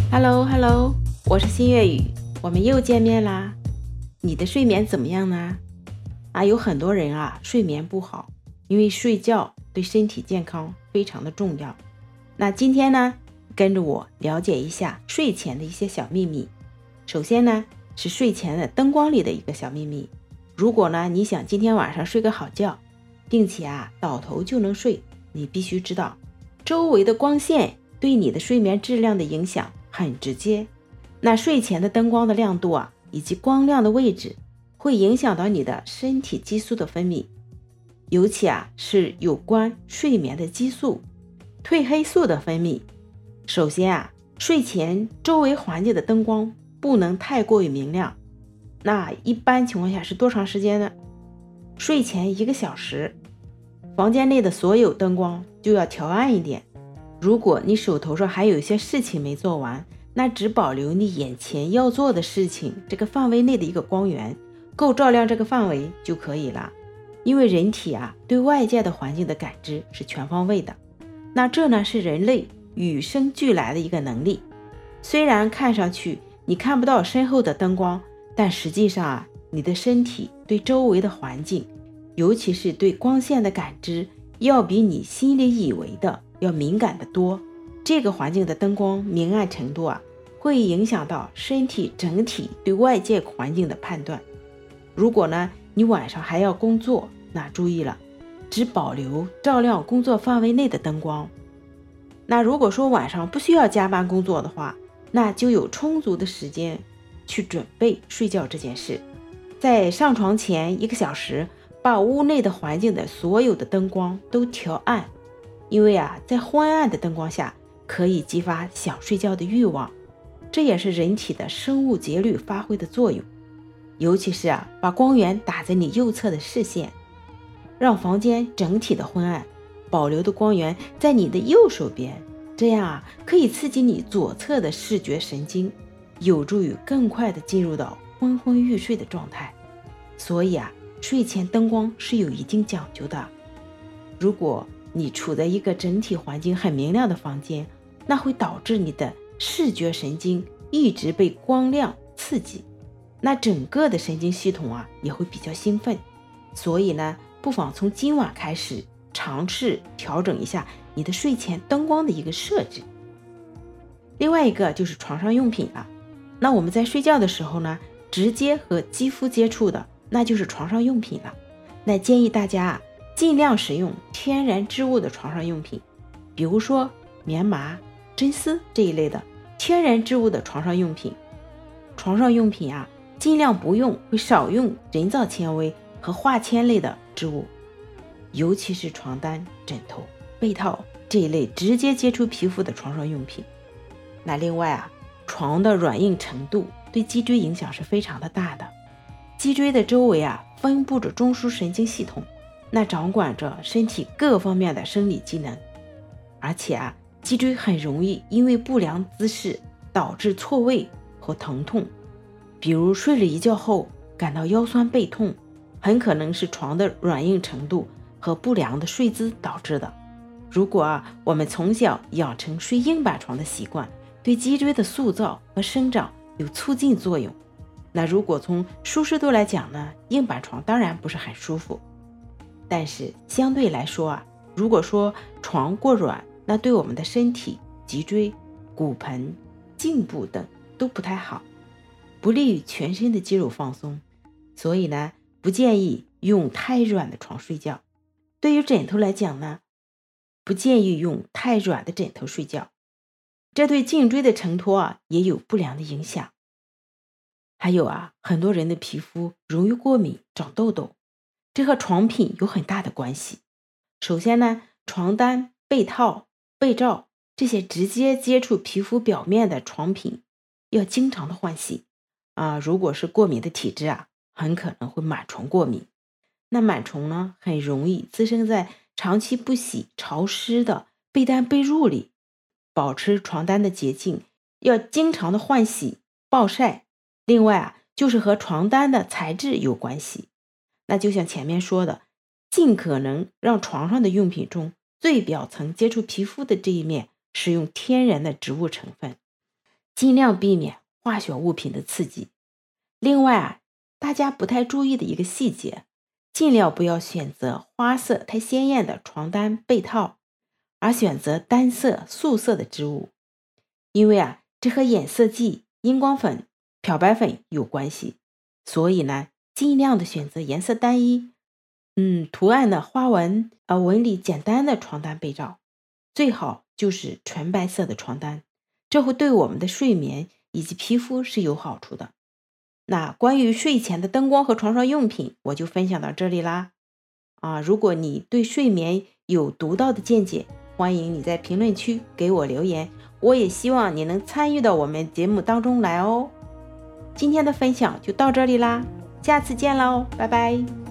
Hello，我是新月雨，我们又见面啦。你的睡眠怎么样呢？有很多人睡眠不好，因为睡觉对身体健康非常的重要。那今天呢，跟着我了解一下睡前的一些小秘密。首先呢，是睡前的灯光里的一个小秘密。如果呢，你想今天晚上睡个好觉，并且倒头就能睡，你必须知道，周围的光线对你的睡眠质量的影响很直接。那睡前的灯光的亮度以及光亮的位置会影响到你的身体激素的分泌，尤其是有关睡眠的激素褪黑素的分泌。首先睡前周围环境的灯光不能太过于明亮。那一般情况下是多长时间呢？睡前1个小时，房间内的所有灯光就要调暗一点。如果你手头上还有一些事情没做完，那只保留你眼前要做的事情这个范围内的一个光源，够照亮这个范围就可以了。因为人体对外界的环境的感知是全方位的，那这呢是人类与生俱来的一个能力。虽然看上去你看不到身后的灯光，但实际上你的身体对周围的环境，尤其是对光线的感知，要比你心里以为的要敏感得多。这个环境的灯光明暗程度会影响到身体整体对外界环境的判断。如果呢你晚上还要工作，那注意了，只保留照亮工作范围内的灯光。那如果说晚上不需要加班工作的话，那就有充足的时间去准备睡觉这件事。在上床前1个小时，把屋内的环境的所有的灯光都调暗。因为在昏暗的灯光下可以激发想睡觉的欲望，这也是人体的生物节律发挥的作用。尤其是把光源打在你右侧的视线，让房间整体的昏暗，保留的光源在你的右手边，这样可以刺激你左侧的视觉神经，有助于更快的进入到昏昏欲睡的状态。所以睡前灯光是有一定讲究的。如果你处在一个整体环境很明亮的房间，那会导致你的视觉神经一直被光亮刺激，那整个的神经系统也会比较兴奋。所以呢，不妨从今晚开始尝试调整一下你的睡前灯光的一个设置。另外一个就是床上用品了。那我们在睡觉的时候呢，直接和肌肤接触的那就是床上用品了。那建议大家尽量使用天然织物的床上用品，比如说棉麻、真丝这一类的天然织物的床上用品。床上用品尽量不用，会少用人造纤维和化纤类的织物，尤其是床单、枕头、被套这一类直接接触皮肤的床上用品。那另外床的软硬程度对脊椎影响是非常的大的。脊椎的周围分布着中枢神经系统，那掌管着身体各方面的生理机能。而且脊椎很容易因为不良姿势导致错位和疼痛，比如睡了一觉后感到腰酸背痛，很可能是床的软硬程度和不良的睡姿导致的。如果我们从小养成睡硬板床的习惯，对脊椎的塑造和生长有促进作用。那如果从舒适度来讲呢，硬板床当然不是很舒服，但是相对来说如果说床过软，那对我们的身体、脊椎、骨盆、颈部等都不太好，不利于全身的肌肉放松。所以呢，不建议用太软的床睡觉。对于枕头来讲呢，不建议用太软的枕头睡觉，这对颈椎的承托也有不良的影响。还有很多人的皮肤容易过敏、长痘痘，这和床品有很大的关系。首先呢，床单、被套、被罩这些直接接触皮肤表面的床品要经常的换洗如果是过敏的体质很可能会螨虫过敏。那螨虫呢，很容易滋生在长期不洗、潮湿的被单被褥里。保持床单的洁净，要经常的换洗、暴晒。另外就是和床单的材质有关系。那就像前面说的，尽可能让床上的用品中最表层接触皮肤的这一面使用天然的植物成分。 尽量避免化学物品的刺激。另外大家不太注意的一个细节，尽量不要选择花色太鲜艳的床单被套，而选择单色素色的织物，因为这和染色剂、荧光粉、漂白粉有关系。所以尽量的选择颜色单一、图案的花纹纹理简单的床单被罩，最好就是纯白色的床单，这会对我们的睡眠以及皮肤是有好处的。那关于睡前的灯光和床上用品，我就分享到这里啦。如果你对睡眠有独到的见解，欢迎你在评论区给我留言，我也希望你能参与到我们节目当中来哦。今天的分享就到这里啦，下次见喽，拜拜。